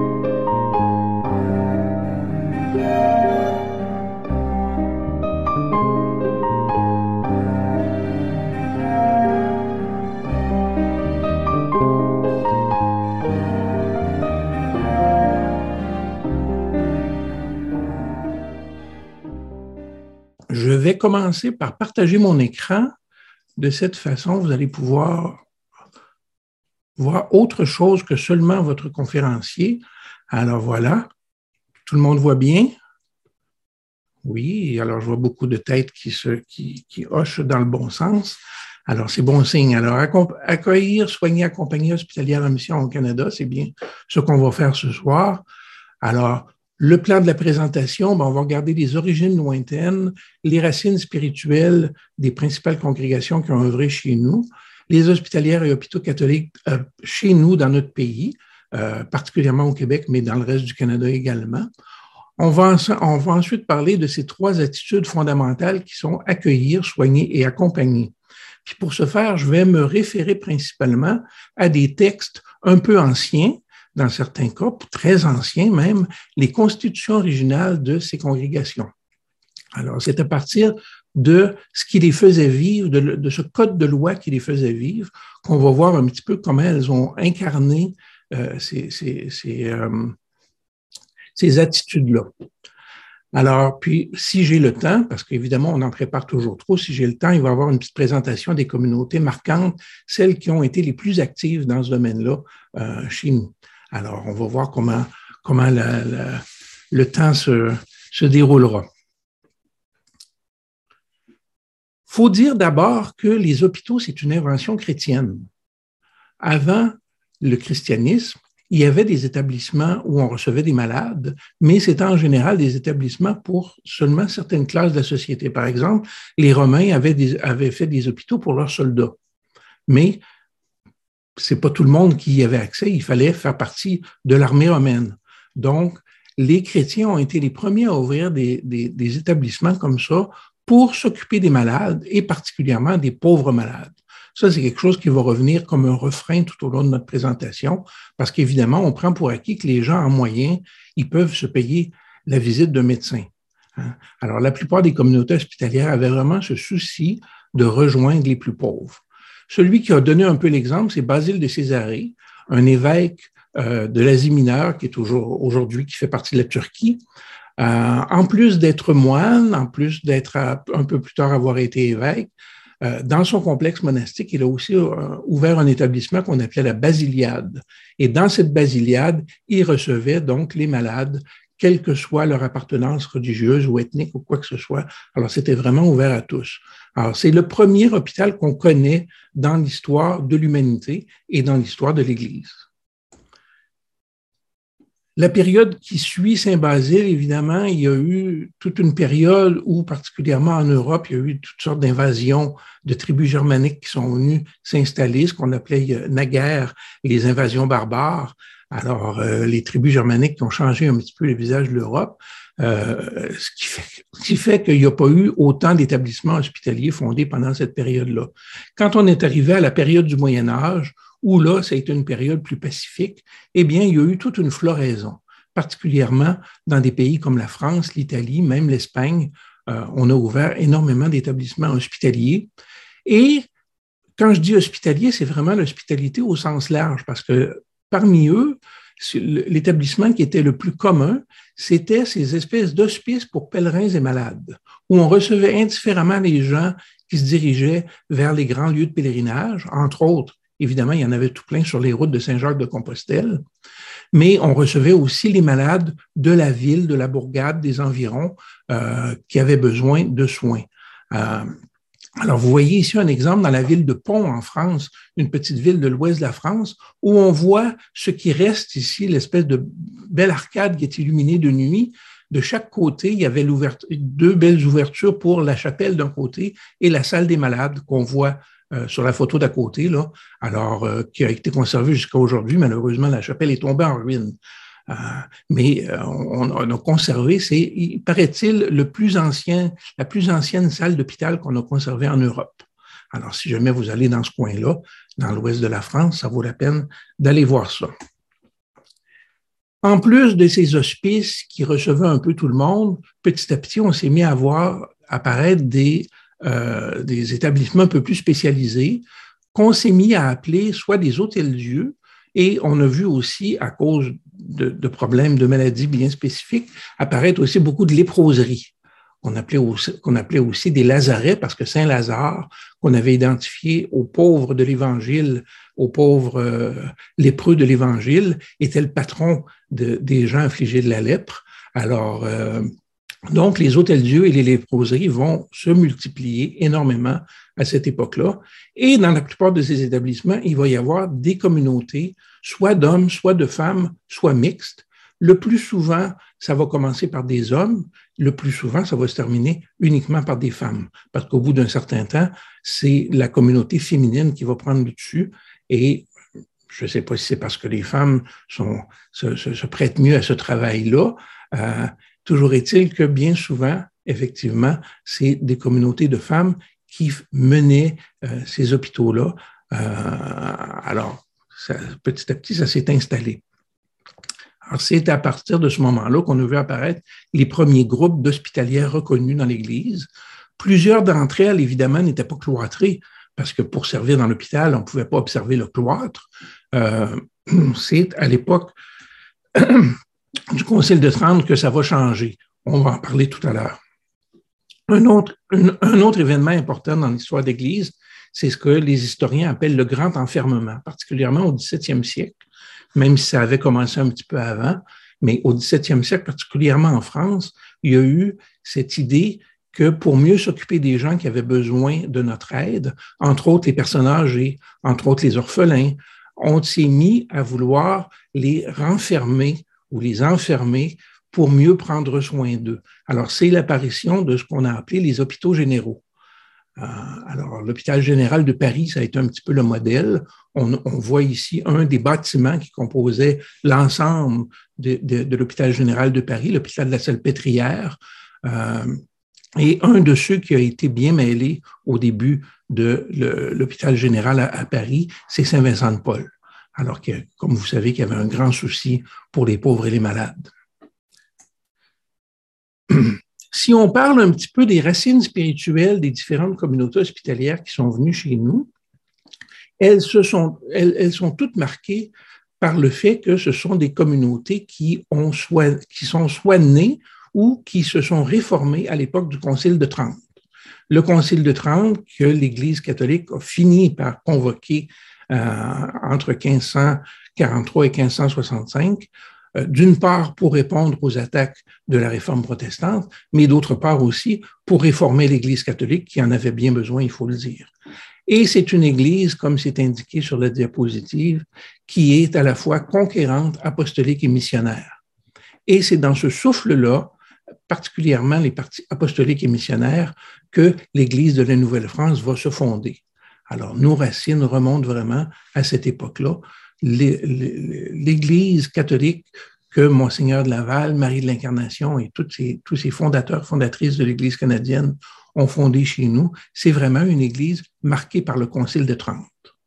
Je vais commencer par partager mon écran. De cette façon, vous allez pouvoir voir autre chose que seulement votre conférencier. Alors voilà, tout le monde voit bien? Oui, alors je vois beaucoup de têtes qui hochent dans le bon sens. Alors, c'est bon signe. Alors, accueillir, soigner, accompagner hospitalière en mission au Canada, c'est bien ce qu'on va faire ce soir. Alors, le plan de la présentation, on va regarder les origines lointaines, les racines spirituelles des principales congrégations qui ont œuvré chez nous, les hospitalières et hôpitaux catholiques chez nous, dans notre pays, particulièrement au Québec, mais dans le reste du Canada également. On va ensuite parler de ces trois attitudes fondamentales qui sont accueillir, soigner et accompagner. Puis pour ce faire, je vais me référer principalement à des textes un peu anciens, dans certains cas, très anciens même, les constitutions originales de ces congrégations. Alors, c'est à partir de ce qui les faisait vivre, de ce code de loi qui les faisait vivre, qu'on va voir un petit peu comment elles ont incarné ces attitudes-là. Alors, puis, si j'ai le temps, parce qu'évidemment, on en prépare toujours trop, si j'ai le temps, il va y avoir une petite présentation des communautés marquantes, celles qui ont été les plus actives dans ce domaine-là chez nous. Alors, on va voir comment le temps se déroulera. Il faut dire d'abord que les hôpitaux, c'est une invention chrétienne. Avant le christianisme, il y avait des établissements où on recevait des malades, mais c'était en général des établissements pour seulement certaines classes de la société. Par exemple, les Romains avaient fait des hôpitaux pour leurs soldats. Mais c'est pas tout le monde qui y avait accès, il fallait faire partie de l'armée romaine. Donc, les chrétiens ont été les premiers à ouvrir des établissements comme ça pour s'occuper des malades et particulièrement des pauvres malades. Ça, c'est quelque chose qui va revenir comme un refrain tout au long de notre présentation, parce qu'évidemment, on prend pour acquis que les gens, en moyenne, ils peuvent se payer la visite d'un médecin. Alors, la plupart des communautés hospitalières avaient vraiment ce souci de rejoindre les plus pauvres. Celui qui a donné un peu l'exemple, c'est Basile de Césarée, un évêque de l'Asie mineure qui est aujourd'hui, qui fait partie de la Turquie. En plus d'être moine, en plus d'être un peu plus tard avoir été évêque, dans son complexe monastique, il a aussi ouvert un établissement qu'on appelait la Basiliade. Et dans cette Basiliade, il recevait donc les malades, quelle que soit leur appartenance religieuse ou ethnique ou quoi que ce soit. Alors, c'était vraiment ouvert à tous. Alors, c'est le premier hôpital qu'on connaît dans l'histoire de l'humanité et dans l'histoire de l'Église. La période qui suit Saint-Basile, évidemment, il y a eu toute une période où, particulièrement en Europe, il y a eu toutes sortes d'invasions de tribus germaniques qui sont venues s'installer, ce qu'on appelait naguère les invasions barbares. Alors, les tribus germaniques qui ont changé un petit peu le visage de l'Europe, ce qui fait qu'il n'y a pas eu autant d'établissements hospitaliers fondés pendant cette période-là. Quand on est arrivé à la période du Moyen Âge, où là, ça a été une période plus pacifique, eh bien, il y a eu toute une floraison, particulièrement dans des pays comme la France, l'Italie, même l'Espagne. On a ouvert énormément d'établissements hospitaliers. Et quand je dis hospitalier, c'est vraiment l'hospitalité au sens large, parce que parmi eux, l'établissement qui était le plus commun, c'était ces espèces d'hospices pour pèlerins et malades, où on recevait indifféremment les gens qui se dirigeaient vers les grands lieux de pèlerinage, entre autres. Évidemment, il y en avait tout plein sur les routes de Saint-Jacques-de-Compostelle, mais on recevait aussi les malades de la ville, de la bourgade, des environs qui avaient besoin de soins. Alors, vous voyez ici un exemple dans la ville de Pont, en France, une petite ville de l'ouest de la France, où on voit ce qui reste ici, l'espèce de belle arcade qui est illuminée de nuit. De chaque côté, il y avait deux belles ouvertures pour la chapelle d'un côté et la salle des malades qu'on voit sur la photo d'à côté, là, alors qui a été conservée jusqu'à aujourd'hui. Malheureusement, la chapelle est tombée en ruine. Mais on a conservé, c'est, il paraît-il, la plus ancienne salle d'hôpital qu'on a conservée en Europe. Alors, si jamais vous allez dans ce coin-là, dans l'ouest de la France, ça vaut la peine d'aller voir ça. En plus de ces hospices qui recevaient un peu tout le monde, petit à petit, on s'est mis à voir apparaître des établissements un peu plus spécialisés qu'on s'est mis à appeler soit des hôtels-dieux, et on a vu aussi, à cause de problèmes de maladies bien spécifiques, apparaître aussi beaucoup de léproseries. Qu'on appelait aussi des lazarets, parce que Saint Lazare, qu'on avait identifié aux pauvres de l'Évangile, aux pauvres lépreux de l'Évangile, était le patron des gens affligés de la lèpre. Alors, donc, les hôtels-dieux et les léproseries vont se multiplier énormément à cette époque-là. Et dans la plupart de ces établissements, il va y avoir des communautés, soit d'hommes, soit de femmes, soit mixtes. Le plus souvent, ça va commencer par des hommes. Le plus souvent, ça va se terminer uniquement par des femmes. Parce qu'au bout d'un certain temps, c'est la communauté féminine qui va prendre le dessus. Et je ne sais pas si c'est parce que les femmes se prêtent mieux à ce travail-là. Toujours est-il que bien souvent, effectivement, c'est des communautés de femmes qui menaient ces hôpitaux-là. Alors, petit à petit, ça s'est installé. Alors, c'est à partir de ce moment-là qu'on a vu apparaître les premiers groupes d'hospitalières reconnus dans l'Église. Plusieurs d'entre elles, évidemment, n'étaient pas cloîtrées, parce que pour servir dans l'hôpital, on ne pouvait pas observer le cloître. C'est à l'époque du Concile de Trente que ça va changer. On va en parler tout à l'heure. Un autre événement important dans l'histoire de l'Église, c'est ce que les historiens appellent le grand enfermement, particulièrement au XVIIe siècle, même si ça avait commencé un petit peu avant, mais au XVIIe siècle, particulièrement en France, il y a eu cette idée que pour mieux s'occuper des gens qui avaient besoin de notre aide, entre autres les personnes âgées, entre autres les orphelins, on s'est mis à vouloir les renfermer ou les enfermer pour mieux prendre soin d'eux. Alors, c'est l'apparition de ce qu'on a appelé les hôpitaux généraux. Alors, l'hôpital général de Paris, ça a été un petit peu le modèle. On voit ici un des bâtiments qui composait l'ensemble de l'hôpital général de Paris, l'hôpital de la Salpêtrière, et un de ceux qui a été bien mêlé au début de l'hôpital général à Paris, c'est Saint-Vincent-de-Paul. Alors que, comme vous savez, qu'il y avait un grand souci pour les pauvres et les malades. Si on parle un petit peu des racines spirituelles des différentes communautés hospitalières qui sont venues chez nous, elles sont toutes marquées par le fait que ce sont des communautés qui sont soit nées ou qui se sont réformées à l'époque du Concile de Trente. Le Concile de Trente, que l'Église catholique a fini par convoquer entre 1543 et 1565, d'une part pour répondre aux attaques de la réforme protestante, mais d'autre part aussi pour réformer l'Église catholique qui en avait bien besoin, il faut le dire. Et c'est une Église, comme c'est indiqué sur la diapositive, qui est à la fois conquérante, apostolique et missionnaire. Et c'est dans ce souffle-là, particulièrement les partis apostoliques et missionnaires, que l'Église de la Nouvelle-France va se fonder. Alors, nos racines remontent vraiment à cette époque-là. L'Église catholique que Monseigneur de Laval, Marie de l'Incarnation et tous ces fondateurs, fondatrices de l'Église canadienne ont fondé chez nous, c'est vraiment une Église marquée par le Concile de Trente.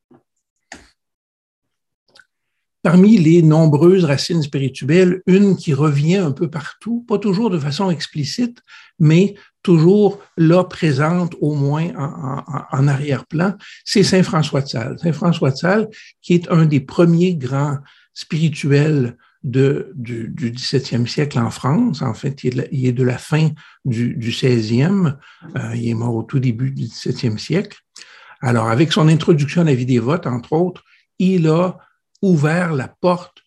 Parmi les nombreuses racines spirituelles, une qui revient un peu partout, pas toujours de façon explicite, mais toujours là présente au moins en arrière-plan, c'est Saint François de Sales. Saint François de Sales, qui est un des premiers grands spirituels du XVIIe siècle en France. En fait, il est de la fin du XVIe. Il est mort au tout début du XVIIe siècle. Alors, avec son introduction à la vie dévote, entre autres, il a ouvert la porte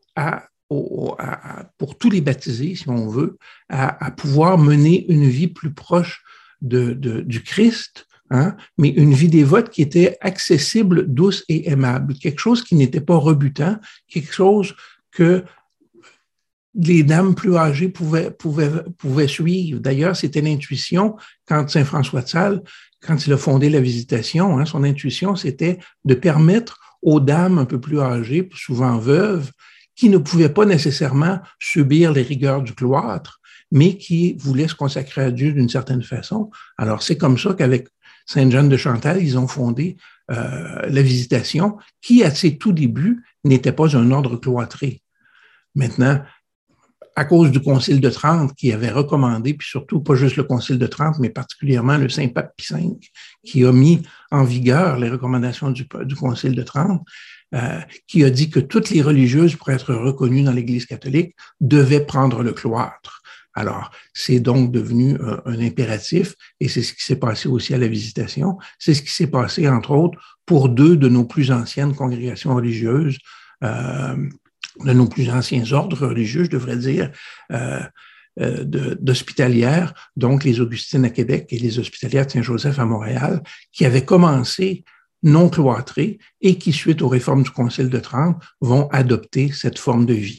pour tous les baptisés, si on veut, à pouvoir mener une vie plus proche du Christ, hein, mais une vie dévote qui était accessible, douce et aimable, quelque chose qui n'était pas rebutant, quelque chose que les dames plus âgées pouvaient suivre. D'ailleurs, c'était l'intuition quand Saint François de Sales, quand il a fondé la Visitation, hein, son intuition, c'était de permettre aux dames un peu plus âgées, souvent veuves, qui ne pouvaient pas nécessairement subir les rigueurs du cloître, mais qui voulaient se consacrer à Dieu d'une certaine façon. Alors, c'est comme ça qu'avec Sainte Jeanne de Chantal, ils ont fondé la Visitation, qui, à ses tout débuts, n'était pas un ordre cloîtré. Maintenant, à cause du Concile de Trente qui avait recommandé, puis surtout pas juste le Concile de Trente, mais particulièrement le Saint-Pape Pie V, qui a mis en vigueur les recommandations du Concile de Trente, qui a dit que toutes les religieuses, pour être reconnues dans l'Église catholique, devaient prendre le cloître. Alors, c'est donc devenu un impératif, et c'est ce qui s'est passé aussi à la Visitation. C'est ce qui s'est passé, entre autres, pour deux de nos plus anciennes congrégations religieuses, de nos plus anciens ordres religieux, je devrais dire, d'hospitalières, donc les Augustines à Québec et les Hospitalières de Saint-Joseph à Montréal, qui avaient commencé non cloîtrés et qui, suite aux réformes du Concile de Trente, vont adopter cette forme de vie.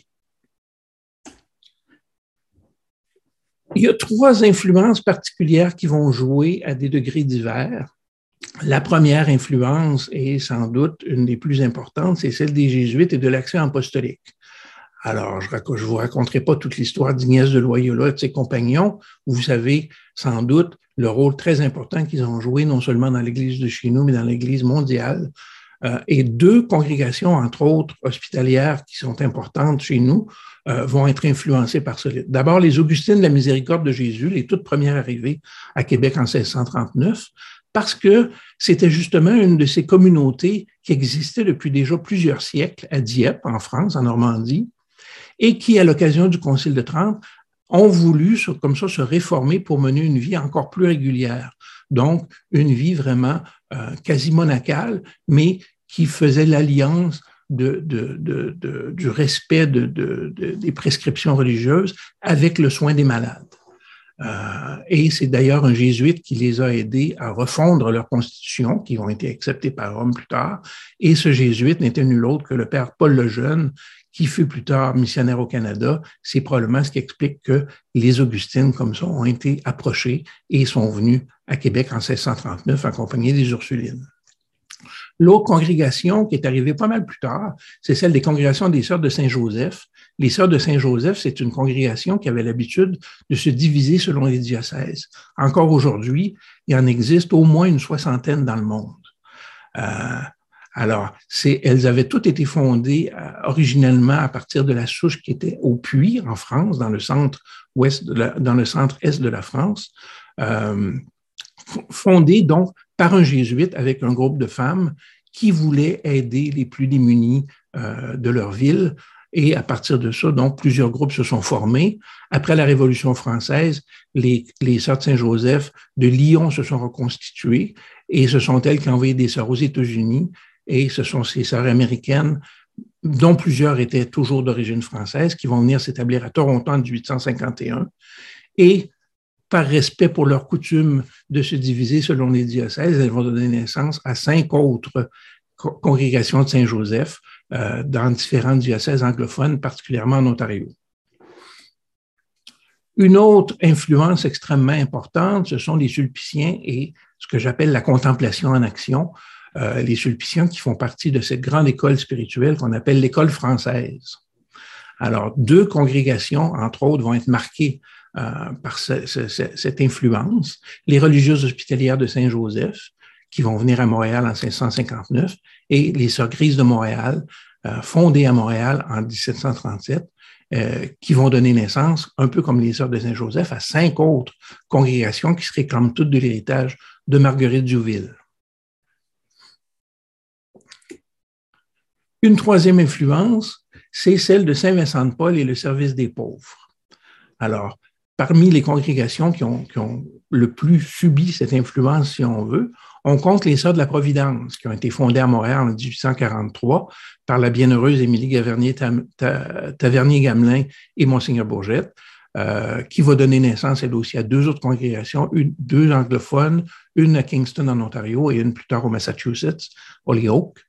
Il y a trois influences particulières qui vont jouer à des degrés divers. La première influence, et sans doute une des plus importantes, c'est celle des Jésuites et de l'action apostolique. Alors, je ne vous raconterai pas toute l'histoire d'Ignaz de Loyola et de ses compagnons. Vous savez sans doute le rôle très important qu'ils ont joué, non seulement dans l'Église de chez nous, mais dans l'Église mondiale. Et deux congrégations, entre autres hospitalières, qui sont importantes chez nous, vont être influencées par cela. D'abord, les Augustines de la Miséricorde de Jésus, les toutes premières arrivées à Québec en 1639, parce que c'était justement une de ces communautés qui existait depuis déjà plusieurs siècles à Dieppe, en France, en Normandie, et qui, à l'occasion du Concile de Trente, ont voulu, comme ça, se réformer pour mener une vie encore plus régulière. Donc, une vie vraiment quasi monacale, mais qui faisait l'alliance du respect des prescriptions religieuses avec le soin des malades. Et c'est d'ailleurs un jésuite qui les a aidés à refondre leur constitution, qui ont été acceptées par Rome plus tard. Et ce jésuite n'était nul autre que le père Paul le Jeune, qui fut plus tard missionnaire au Canada. C'est probablement ce qui explique que les Augustines, comme ça, ont été approchés et sont venus à Québec en 1639, accompagnés des Ursulines. L'autre congrégation qui est arrivée pas mal plus tard, c'est celle des congrégations des Sœurs de Saint-Joseph. Les Sœurs de Saint-Joseph, c'est une congrégation qui avait l'habitude de se diviser selon les diocèses. Encore aujourd'hui, il y en existe au moins une soixantaine dans le monde. Alors, elles avaient toutes été fondées originellement à partir de la souche qui était au Puy, en France, dans le centre-est de la France, fondées donc par un jésuite avec un groupe de femmes qui voulaient aider les plus démunis de leur ville. Et à partir de ça, donc, plusieurs groupes se sont formés. Après la Révolution française, les Sœurs de Saint-Joseph de Lyon se sont reconstituées et ce sont elles qui ont envoyé des sœurs aux États-Unis. Et ce sont ces sœurs américaines, dont plusieurs étaient toujours d'origine française, qui vont venir s'établir à Toronto en 1851. Et par respect pour leur coutume de se diviser selon les diocèses, elles vont donner naissance à 5 autres congrégations de Saint-Joseph dans différents diocèses anglophones, particulièrement en Ontario. Une autre influence extrêmement importante, ce sont les sulpiciens et ce que j'appelle la contemplation en action, les sulpiciens qui font partie de cette grande école spirituelle qu'on appelle l'école française. Alors, deux congrégations, entre autres, vont être marquées par cette influence. Les religieuses hospitalières de Saint-Joseph, qui vont venir à Montréal en 1659, et les Sœurs Grises de Montréal, fondées à Montréal en 1737, qui vont donner naissance, un peu comme les Sœurs de Saint-Joseph, à 5 autres congrégations qui se réclament toutes de l'héritage de Marguerite Diouville. Une troisième influence, c'est celle de Saint-Vincent de Paul et le service des pauvres. Alors, parmi les congrégations qui ont le plus subi cette influence, si on veut, on compte les Sœurs de la Providence, qui ont été fondées à Montréal en 1843 par la bienheureuse Émilie Tavernier-Gamelin et Monseigneur Bourgette, qui va donner naissance, elle aussi, à 2 autres congrégations, deux anglophones, une à Kingston en Ontario et une plus tard au Massachusetts, Holyoke.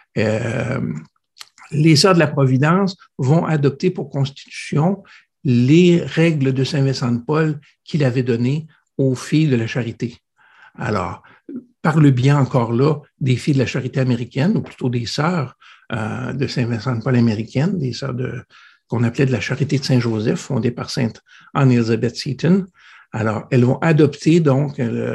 Les Sœurs de la Providence vont adopter pour constitution les règles de Saint-Vincent de Paul qu'il avait données aux filles de la charité. Alors, par le biais encore là des filles de la charité américaine, ou plutôt des sœurs de Saint-Vincent de Paul américaines, des sœurs qu'on appelait de la charité de Saint-Joseph, fondée par Sainte Anne-Elizabeth Seton. Alors, elles vont adopter donc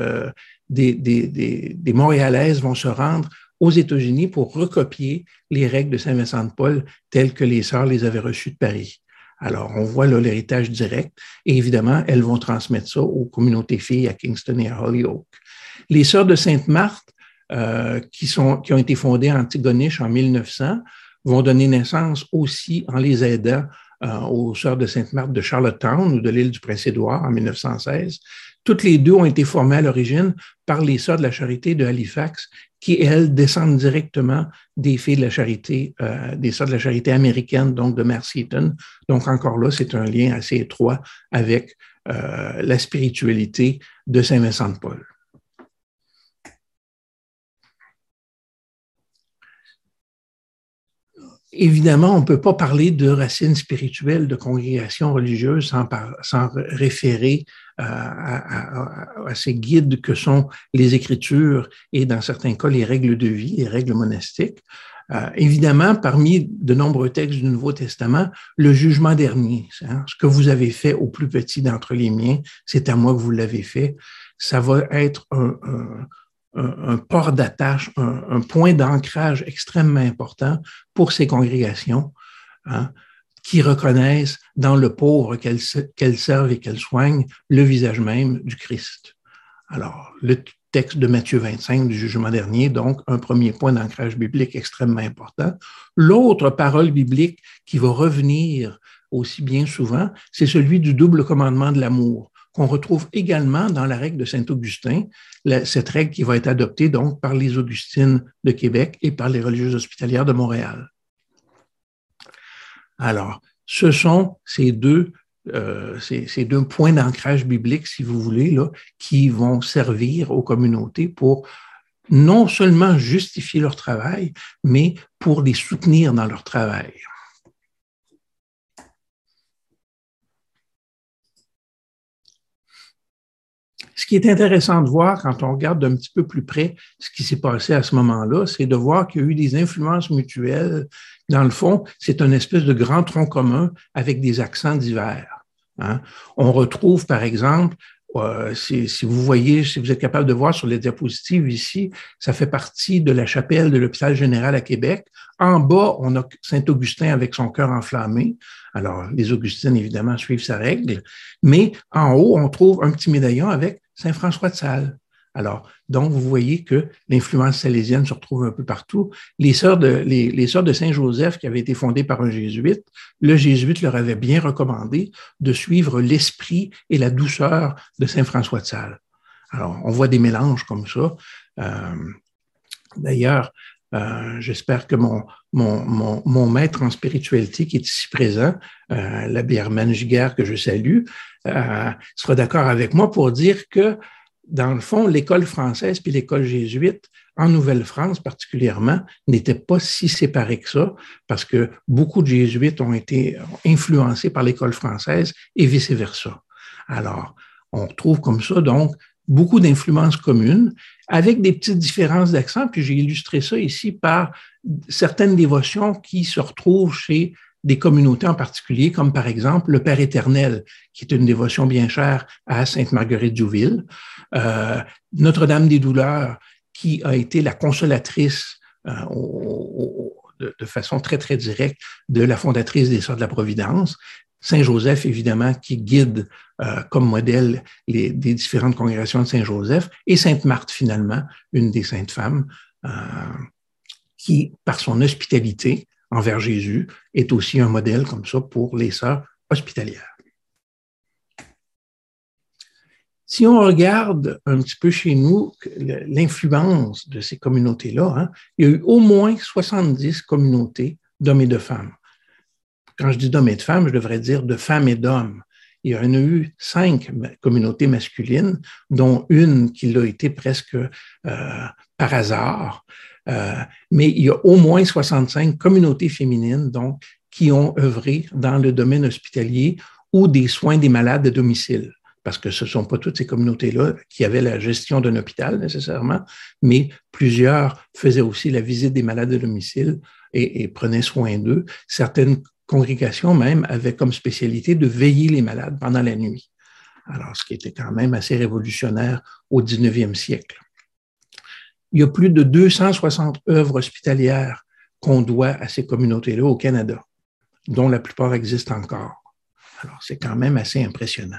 des Montréalaises vont se rendre aux États-Unis pour recopier les règles de Saint-Vincent de Paul telles que les sœurs les avaient reçues de Paris. Alors, on voit là l'héritage direct et évidemment, elles vont transmettre ça aux communautés filles à Kingston et à Holyoke. Les Sœurs de Sainte-Marthe, qui ont été fondées à Antigonish en 1900, vont donner naissance aussi en les aidant aux Sœurs de Sainte-Marthe de Charlottetown ou de l'île du Prince-Édouard en 1916. Toutes les deux ont été formées à l'origine par les Sœurs de la Charité de Halifax, qui, elles, descendent directement des filles de la Charité, des Sœurs de la Charité américaine, donc de Mère Seton. Donc, encore là, c'est un lien assez étroit avec la spiritualité de Saint-Vincent de Paul. Évidemment, on ne peut pas parler de racines spirituelles de congrégations religieuses sans référer à ces guides que sont les Écritures et, dans certains cas, les règles de vie, les règles monastiques. Évidemment, parmi de nombreux textes du Nouveau Testament, le jugement dernier, hein, ce que vous avez fait au plus petit d'entre les miens, c'est à moi que vous l'avez fait, ça va être un port d'attache, un point d'ancrage extrêmement important pour ces congrégations, hein, qui reconnaissent dans le pauvre qu'elles servent et qu'elles soignent le visage même du Christ. Alors, le texte de Matthieu 25 du jugement dernier, donc un premier point d'ancrage biblique extrêmement important. L'autre parole biblique qui va revenir aussi bien souvent, c'est celui du double commandement de l'amour, qu'on retrouve également dans la règle de Saint-Augustin, cette règle qui va être adoptée donc par les Augustines de Québec et par les religieuses hospitalières de Montréal. Alors, ce sont ces deux points d'ancrage biblique, si vous voulez, là, qui vont servir aux communautés pour non seulement justifier leur travail, mais pour les soutenir dans leur travail. Ce qui est intéressant de voir quand on regarde d'un petit peu plus près ce qui s'est passé à ce moment-là, c'est de voir qu'il y a eu des influences mutuelles. Dans le fond, c'est une espèce de grand tronc commun avec des accents divers. Hein. On retrouve, par exemple, si vous voyez, si vous êtes capable de voir sur les diapositives ici, ça fait partie de la chapelle de l'Hôpital général à Québec. En bas, on a Saint-Augustin avec son cœur enflammé. Alors, les Augustines, évidemment, suivent sa règle. Mais en haut, on trouve un petit médaillon avec Saint-François de Sales. Alors, donc, vous voyez que l'influence salésienne se retrouve un peu partout. Les sœurs de Saint-Joseph, qui avaient été fondées par un jésuite, le jésuite leur avait bien recommandé de suivre l'esprit et la douceur de Saint-François de Sales. Alors, on voit des mélanges comme ça. D'ailleurs, j'espère que mon maître en spiritualité qui est ici présent, l'abbé Hermann Giguère, que je salue, sera d'accord avec moi pour dire que, dans le fond, l'école française puis l'école jésuite, en Nouvelle-France particulièrement, n'étaient pas si séparées que ça, parce que beaucoup de jésuites ont été influencés par l'école française et vice-versa. Alors, on retrouve comme ça, donc, beaucoup d'influences communes, avec des petites différences d'accent, puis j'ai illustré ça ici par certaines dévotions qui se retrouvent chez des communautés en particulier, comme par exemple le Père éternel, qui est une dévotion bien chère à Sainte-Marguerite-Jouville, Notre-Dame des douleurs, qui a été la consolatrice de façon très, très directe de la fondatrice des Sœurs de la Providence, Saint-Joseph, évidemment, qui guide comme modèle des différentes congrégations de Saint-Joseph, et Sainte-Marthe, finalement, une des saintes femmes, qui, par son hospitalité envers Jésus, est aussi un modèle comme ça pour les sœurs hospitalières. Si on regarde un petit peu chez nous l'influence de ces communautés-là, hein, il y a eu au moins 70 communautés d'hommes et de femmes. Quand je dis d'hommes et de femmes, je devrais dire de femmes et d'hommes. Il y en a eu 5 communautés masculines, dont une qui l'a été presque par hasard. Mais il y a au moins 65 communautés féminines donc, qui ont œuvré dans le domaine hospitalier ou des soins des malades à domicile. Parce que ce ne sont pas toutes ces communautés-là qui avaient la gestion d'un hôpital nécessairement, mais plusieurs faisaient aussi la visite des malades à domicile et prenaient soin d'eux. Certaines congrégations même avaient comme spécialité de veiller les malades pendant la nuit. Alors, ce qui était quand même assez révolutionnaire au 19e siècle. Il y a plus de 260 œuvres hospitalières qu'on doit à ces communautés-là au Canada, dont la plupart existent encore. Alors, c'est quand même assez impressionnant.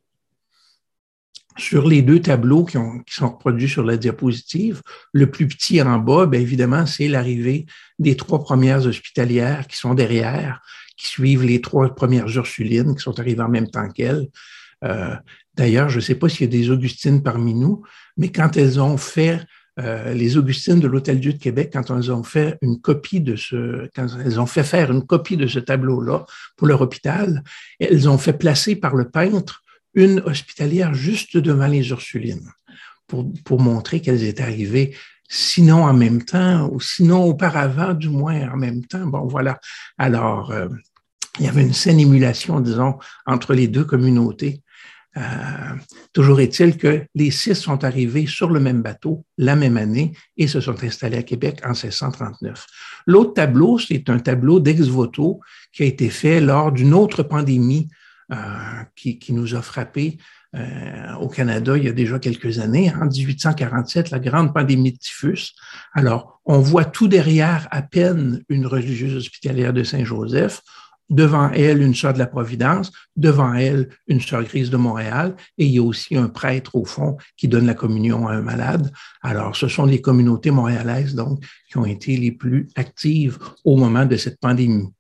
Sur les deux tableaux qui sont reproduits sur la diapositive, le plus petit en bas, bien évidemment, c'est l'arrivée des 3 premières hospitalières qui sont derrière, qui suivent les 3 premières Ursulines qui sont arrivées en même temps qu'elles. D'ailleurs, je ne sais pas s'il y a des Augustines parmi nous, mais quand elles ont fait les Augustines de l'Hôtel-Dieu de Québec, quand elles ont fait quand elles ont fait faire une copie de ce tableau-là pour leur hôpital, elles ont fait placer par le peintre une hospitalière juste devant les Ursulines pour montrer qu'elles étaient arrivées sinon en même temps, ou sinon auparavant, du moins en même temps. Bon, voilà. Alors, il y avait une saine émulation, disons, entre les deux communautés. Toujours est-il que les 6 sont arrivés sur le même bateau la même année et se sont installés à Québec en 1639. L'autre tableau, c'est un tableau d'ex-voto qui a été fait lors d'une autre pandémie qui nous a frappés au Canada il y a déjà quelques années, en 1847, la grande pandémie de typhus. Alors, on voit tout derrière à peine une religieuse hospitalière de Saint-Joseph, devant elle une sœur de la Providence, devant elle une sœur grise de Montréal, et il y a aussi un prêtre au fond qui donne la communion à un malade. Alors, ce sont les communautés montréalaises, donc, qui ont été les plus actives au moment de cette pandémie.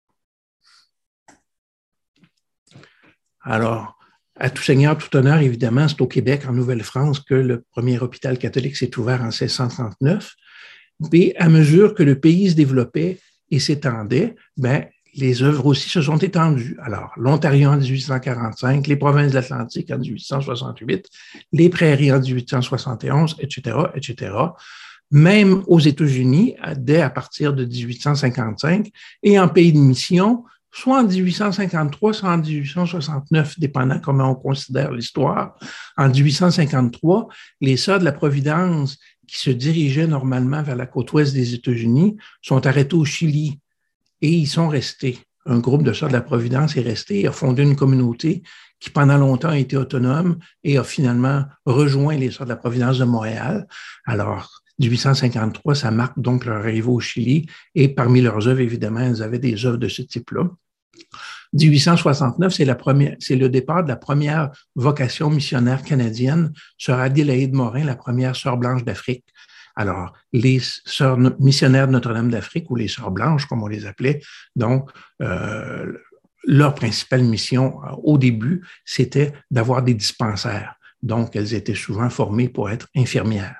Alors, à tout seigneur, tout honneur, évidemment, c'est au Québec, en Nouvelle-France, que le premier hôpital catholique s'est ouvert en 1639. Et à mesure que le pays se développait et s'étendait, ben, les œuvres aussi se sont étendues. Alors, l'Ontario en 1845, les provinces de l'Atlantique en 1868, les prairies en 1871, etc., etc. Même aux États-Unis, dès à partir de 1855, et en pays de mission, soit en 1853, soit en 1869, dépendant comment on considère l'histoire. En 1853, les Sœurs de la Providence, qui se dirigeaient normalement vers la côte ouest des États-Unis, sont arrêtés au Chili et ils sont restés. Un groupe de Sœurs de la Providence est resté et a fondé une communauté qui pendant longtemps a été autonome et a finalement rejoint les Sœurs de la Providence de Montréal. Alors, 1853, ça marque donc leur arrivée au Chili et parmi leurs œuvres, évidemment, elles avaient des œuvres de ce type-là. 1869, c'est le départ de la première vocation missionnaire canadienne, Sœur Adélaïde Morin, la première sœur blanche d'Afrique. Alors, les sœurs missionnaires de Notre-Dame d'Afrique, ou les sœurs blanches, comme on les appelait, donc, leur principale mission au début, c'était d'avoir des dispensaires. Donc, elles étaient souvent formées pour être infirmières.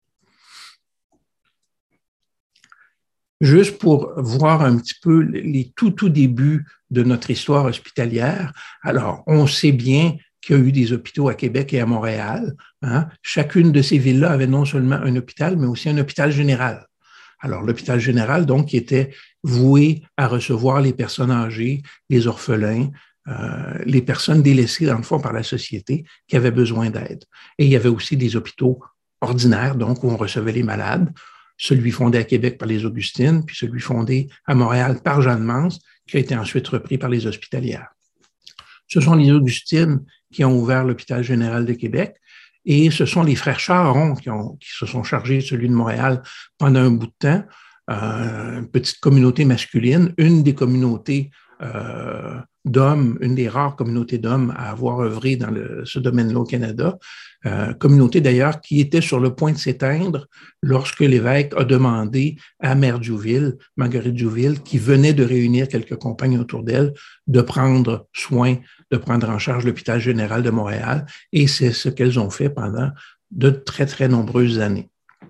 Juste pour voir un petit peu les tout débuts de notre histoire hospitalière. Alors, on sait bien qu'il y a eu des hôpitaux à Québec et à Montréal. Hein. Chacune de ces villes-là avait non seulement un hôpital, mais aussi un hôpital général. Alors, l'hôpital général, donc, qui était voué à recevoir les personnes âgées, les orphelins, les personnes délaissées, dans le fond, par la société, qui avaient besoin d'aide. Et il y avait aussi des hôpitaux ordinaires, donc, où on recevait les malades, celui fondé à Québec par les Augustines, puis celui fondé à Montréal par Jeanne Mance, qui a été ensuite repris par les Hospitalières. Ce sont les Augustines qui ont ouvert l'hôpital général de Québec, et ce sont les frères Charron qui se sont chargés de celui de Montréal pendant un bout de temps, une petite communauté masculine, une des communautés d'hommes, une des rares communautés d'hommes à avoir œuvré dans ce domaine-là au Canada, communauté d'ailleurs qui était sur le point de s'éteindre lorsque l'évêque a demandé à Mère Djouville, Marguerite Djouville, qui venait de réunir quelques compagnes autour d'elle, de prendre soin, de prendre en charge l'hôpital général de Montréal, et c'est ce qu'elles ont fait pendant de très, très nombreuses années.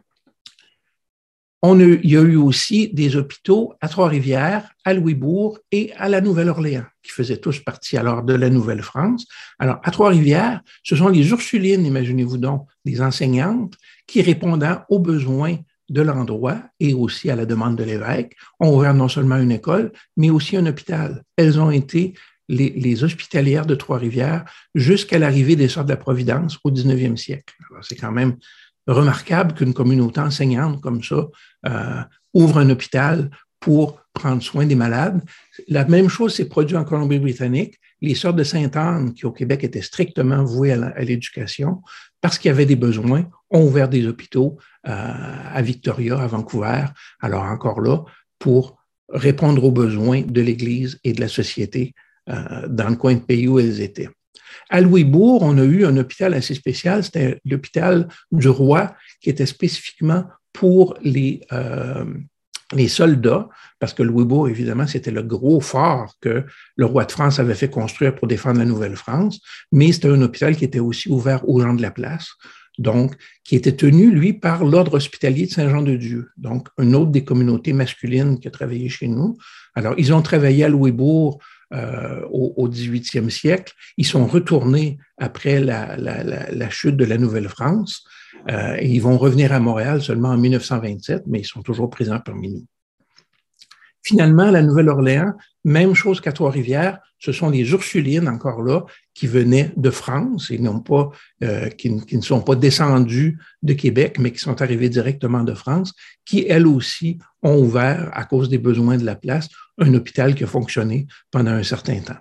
Il y a eu aussi des hôpitaux à Trois-Rivières, à Louisbourg et à la Nouvelle-Orléans, qui faisaient tous partie alors de la Nouvelle-France. Alors, à Trois-Rivières, ce sont les Ursulines, imaginez-vous donc, des enseignantes qui, répondant aux besoins de l'endroit et aussi à la demande de l'évêque, ont ouvert non seulement une école, mais aussi un hôpital. Elles ont été les hospitalières de Trois-Rivières jusqu'à l'arrivée des Sœurs de la Providence au 19e siècle. Alors, c'est quand même remarquable qu'une communauté enseignante comme ça ouvre un hôpital pour prendre soin des malades. La même chose s'est produite en Colombie-Britannique. Les Sœurs de Sainte-Anne, qui au Québec étaient strictement vouées à l'éducation, parce qu'il y avait des besoins, ont ouvert des hôpitaux à Victoria, à Vancouver. Alors encore là, pour répondre aux besoins de l'Église et de la société dans le coin de pays où elles étaient. À Louisbourg, on a eu un hôpital assez spécial, c'était l'hôpital du roi qui était spécifiquement pour les soldats, parce que Louisbourg, évidemment, c'était le gros fort que le roi de France avait fait construire pour défendre la Nouvelle-France, mais c'était un hôpital qui était aussi ouvert aux gens de la place, donc qui était tenu, lui, par l'Ordre hospitalier de Saint-Jean-de-Dieu, donc une autre des communautés masculines qui a travaillé chez nous. Alors, ils ont travaillé à Louisbourg au 18e siècle. Ils sont retournés après la chute de la Nouvelle-France et ils vont revenir à Montréal seulement en 1927, mais ils sont toujours présents parmi nous. Finalement, à la Nouvelle-Orléans, même chose qu'à Trois-Rivières, ce sont les Ursulines, encore là, qui venaient de France et non pas, qui ne sont pas descendus de Québec, mais qui sont arrivés directement de France, qui, elles aussi, ont ouvert, à cause des besoins de la place, un hôpital qui a fonctionné pendant un certain temps.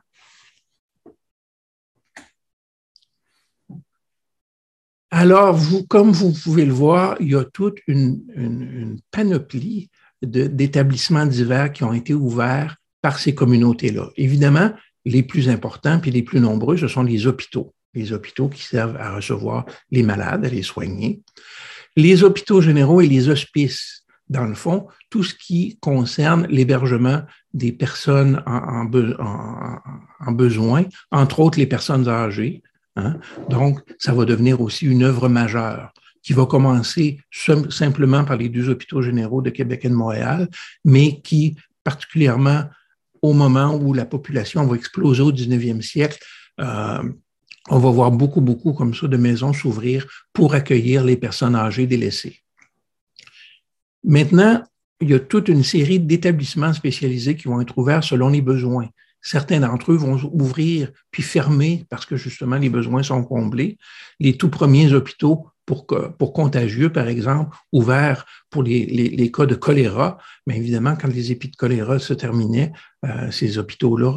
Alors, comme vous pouvez le voir, il y a toute une panoplie d'établissements divers qui ont été ouverts par ces communautés-là. Évidemment, les plus importants puis les plus nombreux, ce sont les hôpitaux qui servent à recevoir les malades, à les soigner. Les hôpitaux généraux et les hospices, dans le fond, tout ce qui concerne l'hébergement des personnes en besoin, entre autres les personnes âgées. Hein? Donc, ça va devenir aussi une œuvre majeure qui va commencer simplement par les 2 hôpitaux généraux de Québec et de Montréal, mais qui, particulièrement au moment où la population va exploser au 19e siècle, on va voir beaucoup comme ça de maisons s'ouvrir pour accueillir les personnes âgées délaissées. Maintenant, il y a toute une série d'établissements spécialisés qui vont être ouverts selon les besoins. Certains d'entre eux vont ouvrir puis fermer parce que justement les besoins sont comblés. Les tout premiers hôpitaux pour contagieux, par exemple, ouverts pour les cas de choléra, mais évidemment, quand les épis de choléra se terminaient, ces hôpitaux-là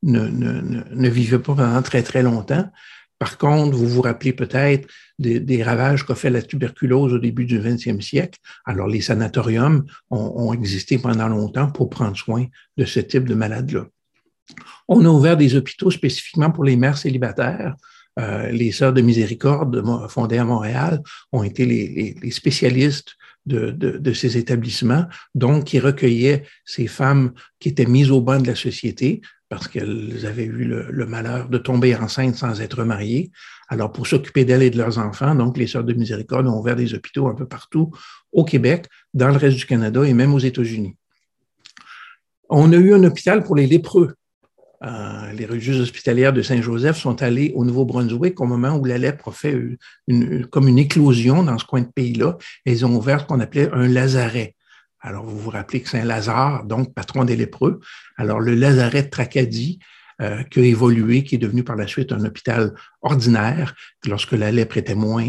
ne vivaient pas pendant très longtemps. Par contre, vous vous rappelez peut-être des ravages qu'a fait la tuberculose au début du 20e siècle. Alors, les sanatoriums ont existé pendant longtemps pour prendre soin de ce type de malades-là. On a ouvert des hôpitaux spécifiquement pour les mères célibataires. Les Sœurs de Miséricorde, fondées à Montréal, ont été les spécialistes de ces établissements, donc qui recueillaient ces femmes qui étaient mises au banc de la société parce qu'elles avaient eu le malheur de tomber enceintes sans être mariées. Alors, pour s'occuper d'elles et de leurs enfants, donc les Sœurs de Miséricorde ont ouvert des hôpitaux un peu partout au Québec, dans le reste du Canada et même aux États-Unis. On a eu un hôpital pour les lépreux. Les religieuses hospitalières de Saint-Joseph sont allées au Nouveau-Brunswick au moment où la lèpre a fait comme une éclosion dans ce coin de pays-là. Elles ont ouvert ce qu'on appelait un lazaret. Alors, vous vous rappelez que Saint-Lazare, donc patron des lépreux. Alors, le lazaret de Tracadie, qui a évolué, qui est devenu par la suite un hôpital ordinaire lorsque la lèpre était moins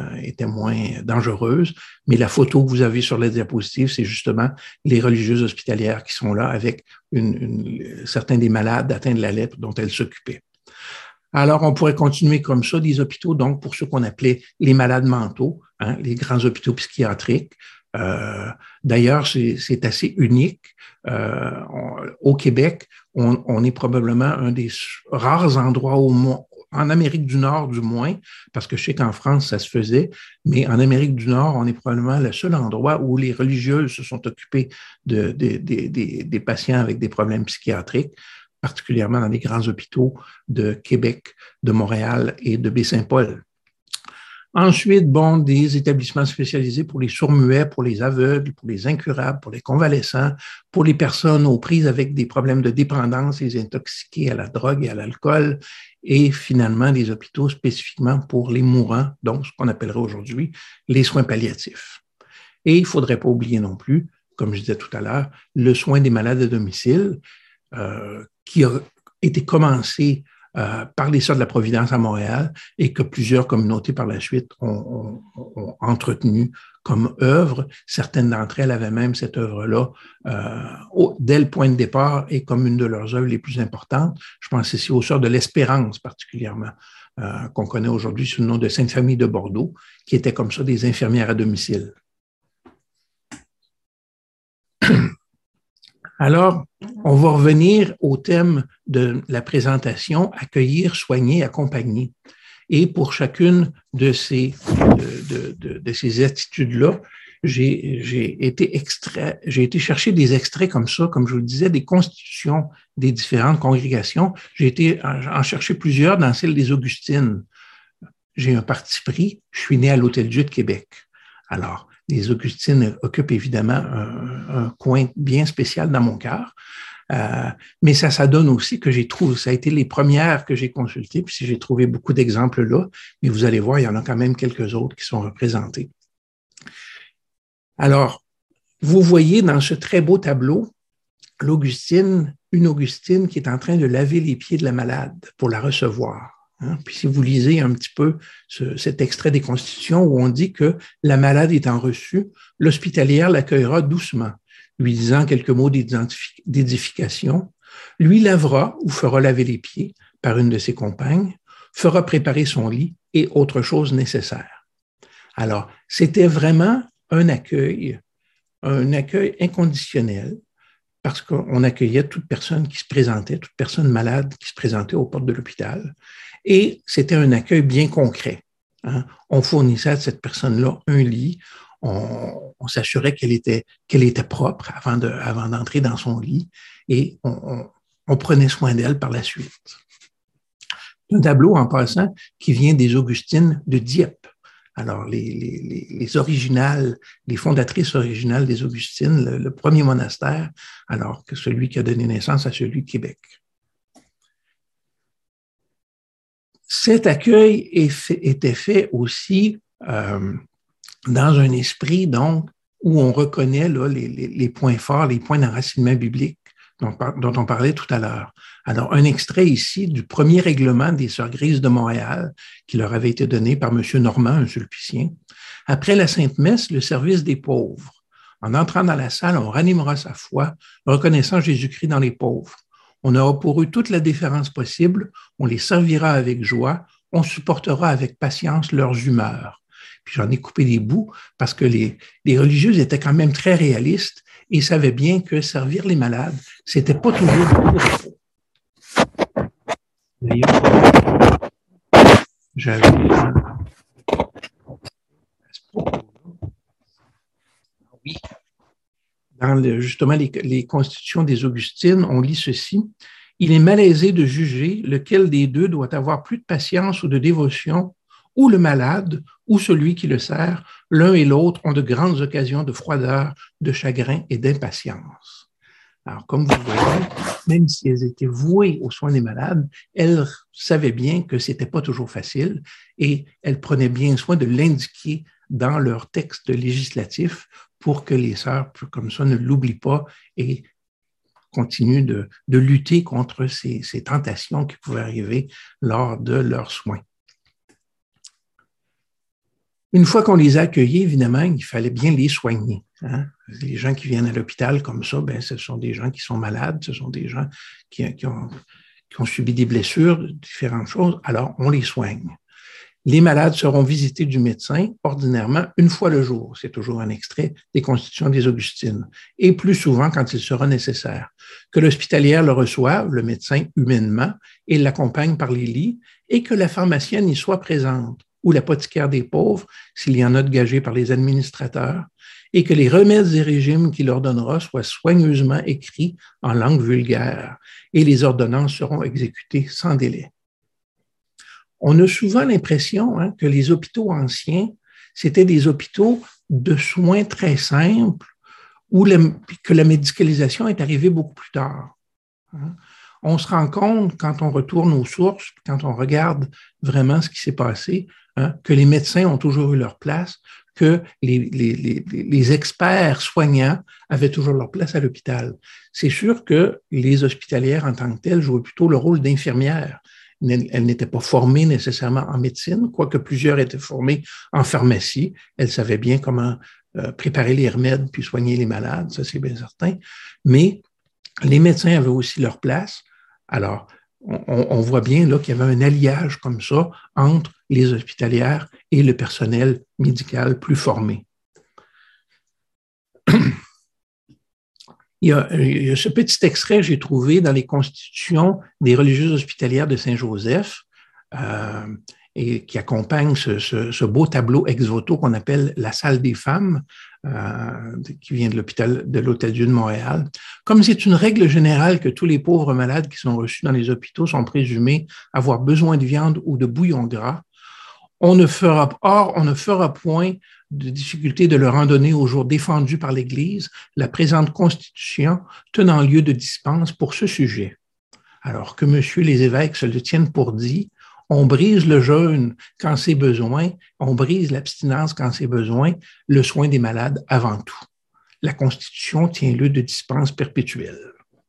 dangereuse. Mais la photo que vous avez sur la diapositive, c'est justement les religieuses hospitalières qui sont là avec certains des malades atteints de la lèpre dont elles s'occupaient. Alors, on pourrait continuer comme ça, des hôpitaux, donc, pour ceux qu'on appelait les malades mentaux, hein, les grands hôpitaux psychiatriques. D'ailleurs, c'est assez unique. Au Québec, on est probablement un des rares endroits en Amérique du Nord du moins, parce que je sais qu'en France, ça se faisait, mais en Amérique du Nord, on est probablement le seul endroit où les religieuses se sont occupées des patients avec des problèmes psychiatriques, particulièrement dans les grands hôpitaux de Québec, de Montréal et de Baie-Saint-Paul. Ensuite, des établissements spécialisés pour les sourds-muets, pour les aveugles, pour les incurables, pour les convalescents, pour les personnes aux prises avec des problèmes de dépendance, les intoxiqués à la drogue et à l'alcool, et finalement des hôpitaux spécifiquement pour les mourants, donc ce qu'on appellerait aujourd'hui les soins palliatifs. Et il ne faudrait pas oublier non plus, comme je disais tout à l'heure, le soin des malades à domicile qui a été commencé par les Sœurs de la Providence à Montréal et que plusieurs communautés par la suite ont entretenu comme œuvre. Certaines d'entre elles avaient même cette œuvre-là dès le point de départ et comme une de leurs œuvres les plus importantes. Je pense ici aux Sœurs de l'Espérance particulièrement, qu'on connaît aujourd'hui sous le nom de Sainte-Famille de Bordeaux, qui étaient comme ça des infirmières à domicile. Alors, on va revenir au thème de la présentation, accueillir, soigner, accompagner. Et pour chacune de ces attitudes-là, j'ai été chercher des extraits comme ça, comme je vous le disais, des constitutions des différentes congrégations. J'ai été en chercher plusieurs dans celle des Augustines. J'ai un parti pris, je suis né à l'Hôtel-Dieu de Québec. Alors, les Augustines occupent évidemment un coin bien spécial dans mon cœur. Mais ça donne aussi que ça a été les premières que j'ai consultées, puis j'ai trouvé beaucoup d'exemples là, mais vous allez voir, il y en a quand même quelques autres qui sont représentés. Alors, vous voyez dans ce très beau tableau, une Augustine qui est en train de laver les pieds de la malade pour la recevoir. Puis si vous lisez un petit peu cet extrait des Constitutions où on dit que la malade étant reçue, l'hospitalière l'accueillera doucement, lui disant quelques mots d'édification, lui lavera ou fera laver les pieds par une de ses compagnes, fera préparer son lit et autre chose nécessaire. Alors, c'était vraiment un accueil inconditionnel, parce qu'on accueillait toute personne qui se présentait, toute personne malade qui se présentait aux portes de l'hôpital. Et c'était un accueil bien concret. On fournissait à cette personne-là un lit, on s'assurait qu'elle était propre avant d'entrer dans son lit et on prenait soin d'elle par la suite. Un tableau, en passant, qui vient des Augustines de Dieppe. Alors, les originales, les fondatrices originales des Augustines, le premier monastère, alors que celui qui a donné naissance à celui de Québec. Cet accueil était fait aussi dans un esprit donc où on reconnaît là, les points forts, les points d'enracinement biblique dont on parlait tout à l'heure. Alors, un extrait ici du premier règlement des Sœurs Grises de Montréal qui leur avait été donné par M. Normand, un sulpicien. Après la Sainte Messe, le service des pauvres. En entrant dans la salle, on ranimera sa foi, reconnaissant Jésus-Christ dans les pauvres. On aura pour eux toute la déférence possible, on les servira avec joie, on supportera avec patience leurs humeurs. Puis j'en ai coupé des bouts parce que les religieuses étaient quand même très réalistes et savaient bien que servir les malades, c'était pas toujours j'avais oui. Dans justement les constitutions des Augustines, on lit ceci. Il est malaisé de juger lequel des deux doit avoir plus de patience ou de dévotion, ou le malade, ou celui qui le sert. L'un et l'autre ont de grandes occasions de froideur, de chagrin et d'impatience. Alors, comme vous le voyez, même si elles étaient vouées aux soins des malades, elles savaient bien que ce n'était pas toujours facile et elles prenaient bien soin de l'indiquer dans leur texte législatif pour que les sœurs, comme ça, ne l'oublient pas et continuent de lutter contre ces tentations qui pouvaient arriver lors de leurs soins. Une fois qu'on les a accueillis, évidemment, il fallait bien les soigner. Les gens qui viennent à l'hôpital comme ça, ben, ce sont des gens qui sont malades, ce sont des gens qui ont subi des blessures, différentes choses, alors on les soigne. Les malades seront visités du médecin ordinairement une fois le jour. C'est toujours un extrait des Constitutions des Augustines. Et plus souvent quand il sera nécessaire. Que l'hospitalière le reçoive, le médecin humainement, et l'accompagne par les lits, et que la pharmacienne y soit présente, ou l'apothicaire des pauvres, s'il y en a de gagés par les administrateurs, et que les remèdes et régimes qu'il ordonnera soient soigneusement écrits en langue vulgaire, et les ordonnances seront exécutées sans délai. On a souvent l'impression que les hôpitaux anciens, c'était des hôpitaux de soins très simples, où que la médicalisation est arrivée beaucoup plus tard. On se rend compte, quand on retourne aux sources, quand on regarde vraiment ce qui s'est passé, que les médecins ont toujours eu leur place, que les experts soignants avaient toujours leur place à l'hôpital. C'est sûr que les hospitalières en tant que telles jouaient plutôt le rôle d'infirmières. Elles n'étaient pas formées nécessairement en médecine, quoique plusieurs étaient formées en pharmacie. Elles savaient bien comment préparer les remèdes puis soigner les malades, ça c'est bien certain. Mais les médecins avaient aussi leur place. Alors, on voit bien là qu'il y avait un alliage comme ça entre les hospitalières et le personnel médical plus formé. il y a ce petit extrait que j'ai trouvé dans les constitutions des religieuses hospitalières de Saint-Joseph et qui accompagne ce beau tableau ex-voto qu'on appelle la salle des femmes, qui vient de l'Hôtel-Dieu de Montréal. Comme c'est une règle générale que tous les pauvres malades qui sont reçus dans les hôpitaux sont présumés avoir besoin de viande ou de bouillon gras, on ne fera point de difficulté de leur en donner au jour défendu par l'Église, la présente Constitution tenant lieu de dispense pour ce sujet. Alors que messieurs les évêques se le tiennent pour dit, on brise le jeûne quand c'est besoin, on brise l'abstinence quand c'est besoin, le soin des malades avant tout. La Constitution tient lieu de dispense perpétuelle.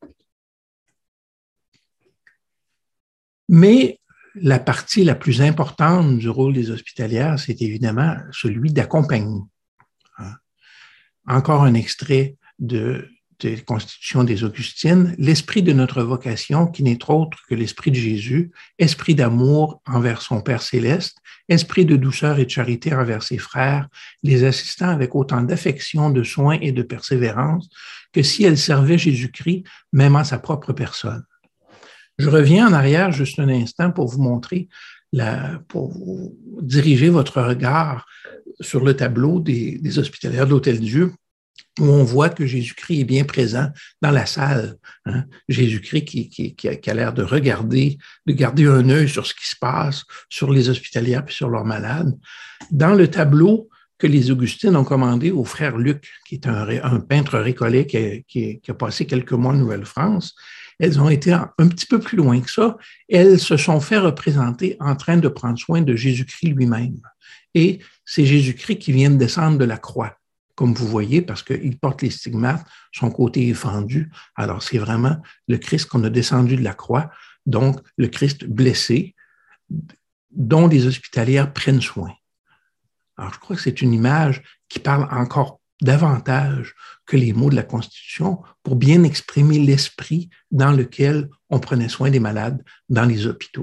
Mais la partie la plus importante du rôle des hospitalières, c'est évidemment celui d'accompagner. Encore un extrait de Constitution des Augustines, l'esprit de notre vocation, qui n'est autre que l'esprit de Jésus, esprit d'amour envers son Père céleste, esprit de douceur et de charité envers ses frères, les assistant avec autant d'affection, de soin et de persévérance que si elle servait Jésus-Christ, même en sa propre personne. Je reviens en arrière juste un instant pour vous montrer, pour vous diriger votre regard sur le tableau des hospitalières de l'Hôtel-Dieu, où on voit que Jésus-Christ est bien présent dans la salle. Hein? Jésus-Christ qui a l'air de garder un œil sur ce qui se passe, sur les hospitalières et sur leurs malades. Dans le tableau que les Augustines ont commandé au frère Luc, qui est un peintre récollet qui a passé quelques mois en Nouvelle-France, elles ont été un petit peu plus loin que ça. Elles se sont fait représenter en train de prendre soin de Jésus-Christ lui-même. Et c'est Jésus-Christ qui vient de descendre de la croix, comme vous voyez, parce qu'il porte les stigmates, son côté est fendu. Alors, c'est vraiment le Christ qu'on a descendu de la croix, donc le Christ blessé, dont les hospitalières prennent soin. Alors, je crois que c'est une image qui parle encore davantage que les mots de la Constitution pour bien exprimer l'esprit dans lequel on prenait soin des malades dans les hôpitaux.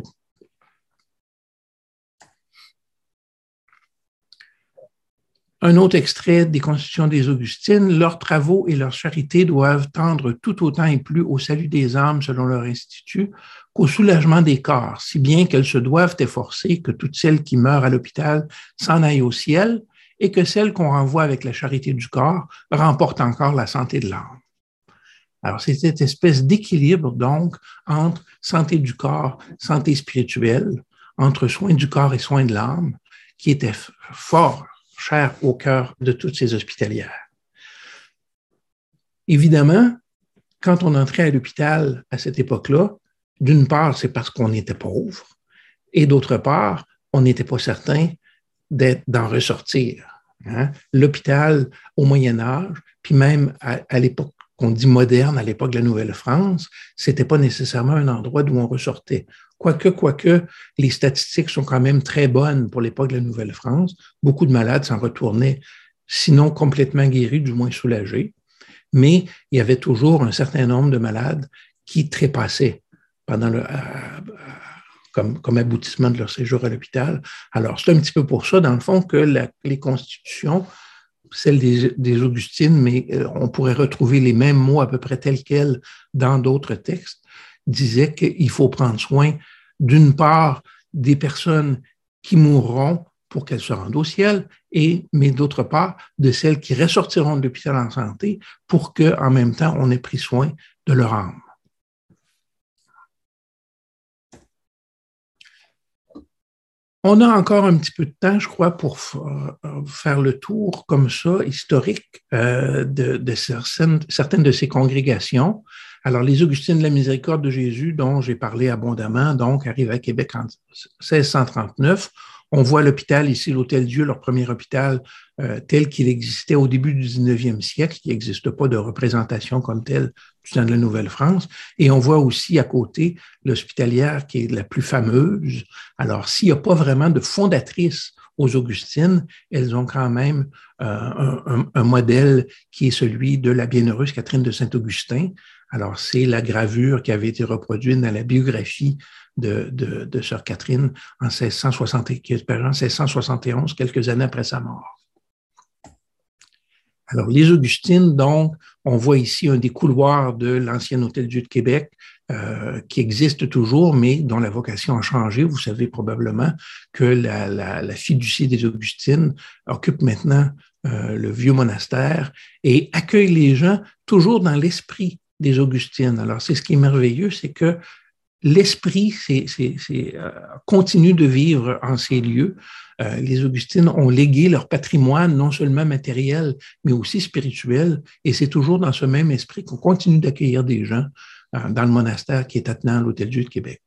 Un autre extrait des Constitutions des Augustines, leurs travaux et leur charité doivent tendre tout autant et plus au salut des âmes selon leur institut qu'au soulagement des corps, si bien qu'elles se doivent efforcer que toutes celles qui meurent à l'hôpital s'en aillent au ciel et que celles qu'on renvoie avec la charité du corps remportent encore la santé de l'âme. Alors, c'est cette espèce d'équilibre, donc, entre santé du corps, santé spirituelle, entre soins du corps et soins de l'âme, qui était fort cher au cœur de toutes ces hospitalières. Évidemment, quand on entrait à l'hôpital à cette époque-là, d'une part, c'est parce qu'on était pauvre, et d'autre part, on n'était pas certain d'en ressortir. Hein? L'hôpital au Moyen Âge, puis même à l'époque qu'on dit moderne, à l'époque de la Nouvelle-France, c'était pas nécessairement un endroit d'où on ressortait. Quoique, les statistiques sont quand même très bonnes pour l'époque de la Nouvelle-France. Beaucoup de malades s'en retournaient, sinon complètement guéris, du moins soulagés. Mais il y avait toujours un certain nombre de malades qui trépassaient pendant comme aboutissement de leur séjour à l'hôpital. Alors, c'est un petit peu pour ça, dans le fond, que les constitutions, celles des Augustines, mais on pourrait retrouver les mêmes mots à peu près tels quels dans d'autres textes, disaient qu'il faut prendre soin, d'une part, des personnes qui mourront pour qu'elles se rendent au ciel, mais d'autre part, de celles qui ressortiront de l'hôpital en santé pour qu'en même temps, on ait pris soin de leur âme. On a encore un petit peu de temps, je crois, pour faire le tour comme ça, historique, de certaines de ces congrégations. Alors, les Augustines de la Miséricorde de Jésus, dont j'ai parlé abondamment, donc, arrivent à Québec en 1639. On voit l'hôpital ici, l'Hôtel-Dieu, leur premier hôpital tel qu'il existait au début du 19e siècle. Il n'existe pas de représentation comme telle du temps de la Nouvelle-France. Et on voit aussi à côté l'hospitalière qui est la plus fameuse. Alors, s'il n'y a pas vraiment de fondatrice aux Augustines, elles ont quand même un modèle qui est celui de la bienheureuse Catherine de Saint-Augustin. Alors, c'est la gravure qui avait été reproduite dans la biographie de sœur Catherine en 1671, quelques années après sa mort. Alors, les Augustines, donc, on voit ici un des couloirs de l'ancien Hôtel-Dieu de Québec qui existe toujours, mais dont la vocation a changé. Vous savez probablement que la fiducie des Augustines occupe maintenant le vieux monastère et accueille les gens toujours dans l'esprit des Augustines. Alors, c'est ce qui est merveilleux, c'est que l'esprit continue de vivre en ces lieux. Les Augustines ont légué leur patrimoine, non seulement matériel, mais aussi spirituel, et c'est toujours dans ce même esprit qu'on continue d'accueillir des gens dans le monastère qui est attenant à l'Hôtel-Dieu de Québec.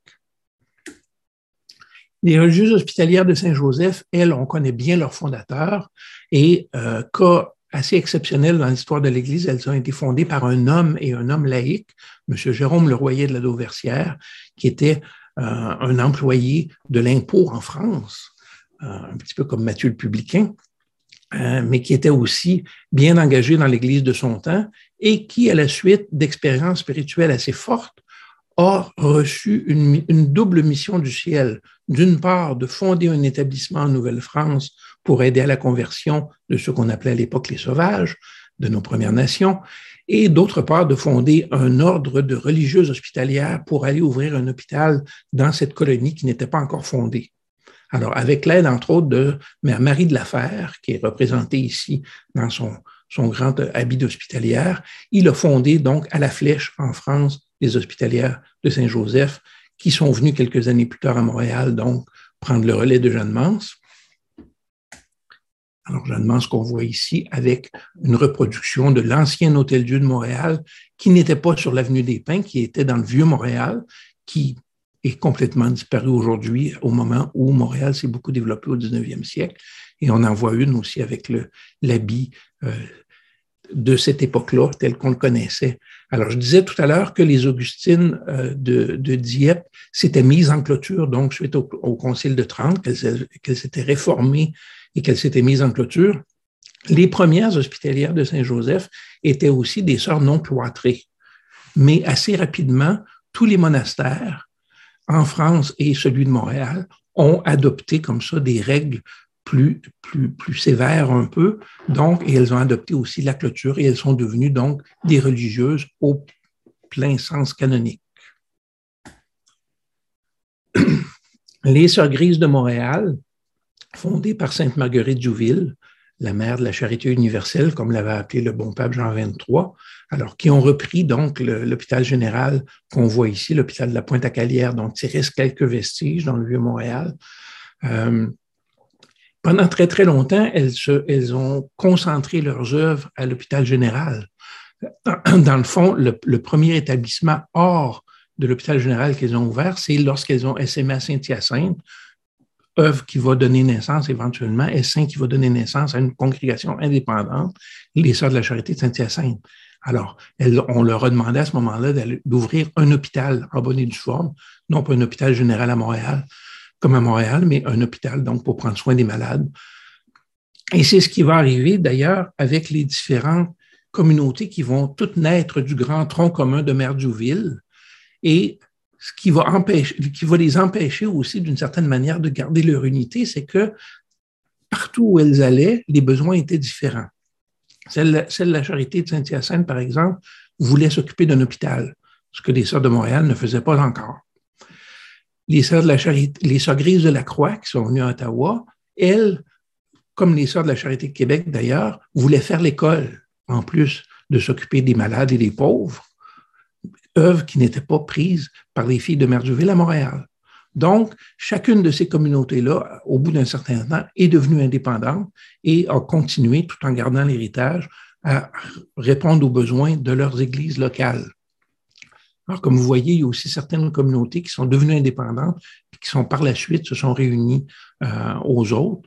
Les religieuses hospitalières de Saint-Joseph, elles, on connaît bien leur fondateur, et cas assez exceptionnel dans l'histoire de l'Église, elles ont été fondées par un homme et un homme laïque, M. Jérôme Leroyer de la Dauversière, qui était un employé de l'impôt en France, un petit peu comme Matthieu le Publicain, mais qui était aussi bien engagé dans l'Église de son temps et qui, à la suite d'expériences spirituelles assez fortes, a reçu une double mission du ciel. D'une part, de fonder un établissement en Nouvelle-France pour aider à la conversion de ceux qu'on appelait à l'époque les sauvages, de nos Premières Nations, et d'autre part, de fonder un ordre de religieuses hospitalières pour aller ouvrir un hôpital dans cette colonie qui n'était pas encore fondée. Alors, avec l'aide, entre autres, de Mère Marie de la Fère, qui est représentée ici dans son grand habit d'hospitalière, il a fondé donc à la Flèche, en France, les hospitalières de Saint-Joseph, qui sont venus quelques années plus tard à Montréal, donc prendre le relais de Jeanne Mance. Alors, Jeanne Mance qu'on voit ici avec une reproduction de l'ancien Hôtel-Dieu de Montréal, qui n'était pas sur l'avenue des Pins, qui était dans le vieux Montréal, qui est complètement disparu aujourd'hui au moment où Montréal s'est beaucoup développé au 19e siècle. Et on en voit une aussi avec l'habit de cette époque-là, tel qu'on le connaissait. Alors, je disais tout à l'heure que les Augustines de Dieppe s'étaient mises en clôture, donc suite au Concile de Trente, qu'elles s'étaient réformées et qu'elles s'étaient mises en clôture. Les premières hospitalières de Saint-Joseph étaient aussi des sœurs non cloîtrées. Mais assez rapidement, tous les monastères en France et celui de Montréal ont adopté comme ça des règles plus sévères un peu, donc, et elles ont adopté aussi la clôture et elles sont devenues donc des religieuses au plein sens canonique. Les Sœurs Grises de Montréal, fondées par Sainte Marguerite Jouville, la mère de la charité universelle, comme l'avait appelé le bon pape Jean XXIII, alors qui ont repris donc l'hôpital général qu'on voit ici, l'hôpital de la Pointe-à-Calière, donc il reste quelques vestiges dans le Vieux-Montréal. Pendant très, très longtemps, elles ont concentré leurs œuvres à l'hôpital général. Dans le fond, le premier établissement hors de l'hôpital général qu'elles ont ouvert, c'est lorsqu'elles ont essaimé à Saint-Hyacinthe, œuvre qui va donner naissance éventuellement, Essin qui va donner naissance à une congrégation indépendante, les Sœurs de la Charité de Saint-Hyacinthe. Alors, on leur a demandé à ce moment-là d'ouvrir un hôpital en bonne et due forme, non pas un hôpital général à Montréal, comme à Montréal, mais un hôpital donc pour prendre soin des malades. Et c'est ce qui va arriver d'ailleurs avec les différentes communautés qui vont toutes naître du grand tronc commun de Mère-Jouville et ce qui va les empêcher aussi d'une certaine manière de garder leur unité, c'est que partout où elles allaient, les besoins étaient différents. Celle de la Charité de Saint-Hyacinthe, par exemple, voulait s'occuper d'un hôpital, ce que les Sœurs de Montréal ne faisaient pas encore. Les Sœurs de la Charité, les Sœurs Grises de la Croix, qui sont venues à Ottawa, elles, comme les Sœurs de la Charité de Québec d'ailleurs, voulaient faire l'école, en plus de s'occuper des malades et des pauvres, œuvre qui n'était pas prise par les filles de Mère-Jouville à Montréal. Donc, chacune de ces communautés-là, au bout d'un certain temps, est devenue indépendante et a continué, tout en gardant l'héritage, à répondre aux besoins de leurs églises locales. Alors, comme vous voyez, il y a aussi certaines communautés qui sont devenues indépendantes et qui sont par la suite se sont réunies aux autres.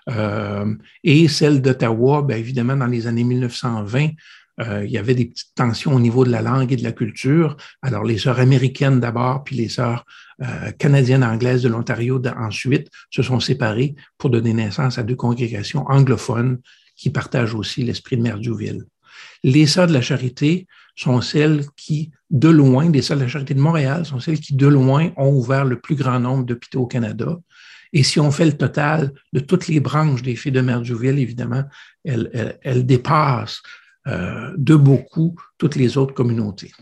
Et celle d'Ottawa, bien évidemment, dans les années 1920, il y avait des petites tensions au niveau de la langue et de la culture. Alors, les Sœurs américaines d'abord, puis les Sœurs canadiennes-anglaises de l'Ontario ensuite se sont séparées pour donner naissance à deux congrégations anglophones qui partagent aussi l'esprit de Mère-Jouville. Les Sœurs de la Charité sont celles qui, de loin, les Sœurs de la Charité de Montréal sont celles qui, de loin, ont ouvert le plus grand nombre d'hôpitaux au Canada Et si on fait le total de toutes les branches des filles de Merdjouville, évidemment, elles dépassent de beaucoup toutes les autres communautés.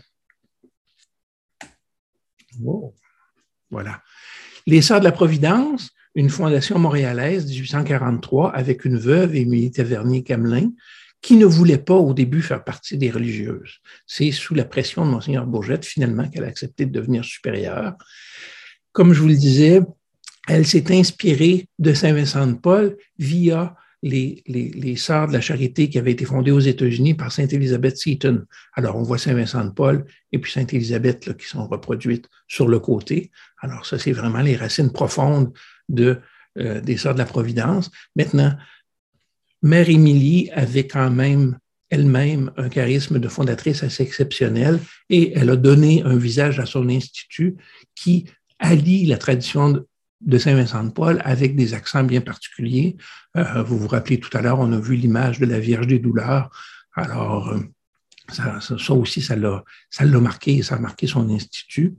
Wow. Voilà. Les Sœurs de la Providence, une fondation montréalaise, 1843, avec une veuve, Émilie Tavernier-Gamelin, qui ne voulait pas au début faire partie des religieuses. C'est sous la pression de Monseigneur Bourgette, finalement, qu'elle a accepté de devenir supérieure. Comme je vous le disais, elle s'est inspirée de Saint-Vincent de Paul via les Sœurs de la Charité qui avaient été fondées aux États-Unis par Sainte Elizabeth Seton. Alors, on voit Saint-Vincent de Paul et puis Sainte Élisabeth là, qui sont reproduites sur le côté. Alors, ça, c'est vraiment les racines profondes des Sœurs de la Providence. Maintenant, Mère Émilie avait quand même elle-même un charisme de fondatrice assez exceptionnel et elle a donné un visage à son institut qui allie la tradition de Saint-Vincent de Paul avec des accents bien particuliers. Vous vous rappelez tout à l'heure, on a vu l'image de la Vierge des douleurs. Alors, ça aussi, ça l'a marqué, ça a marqué son institut.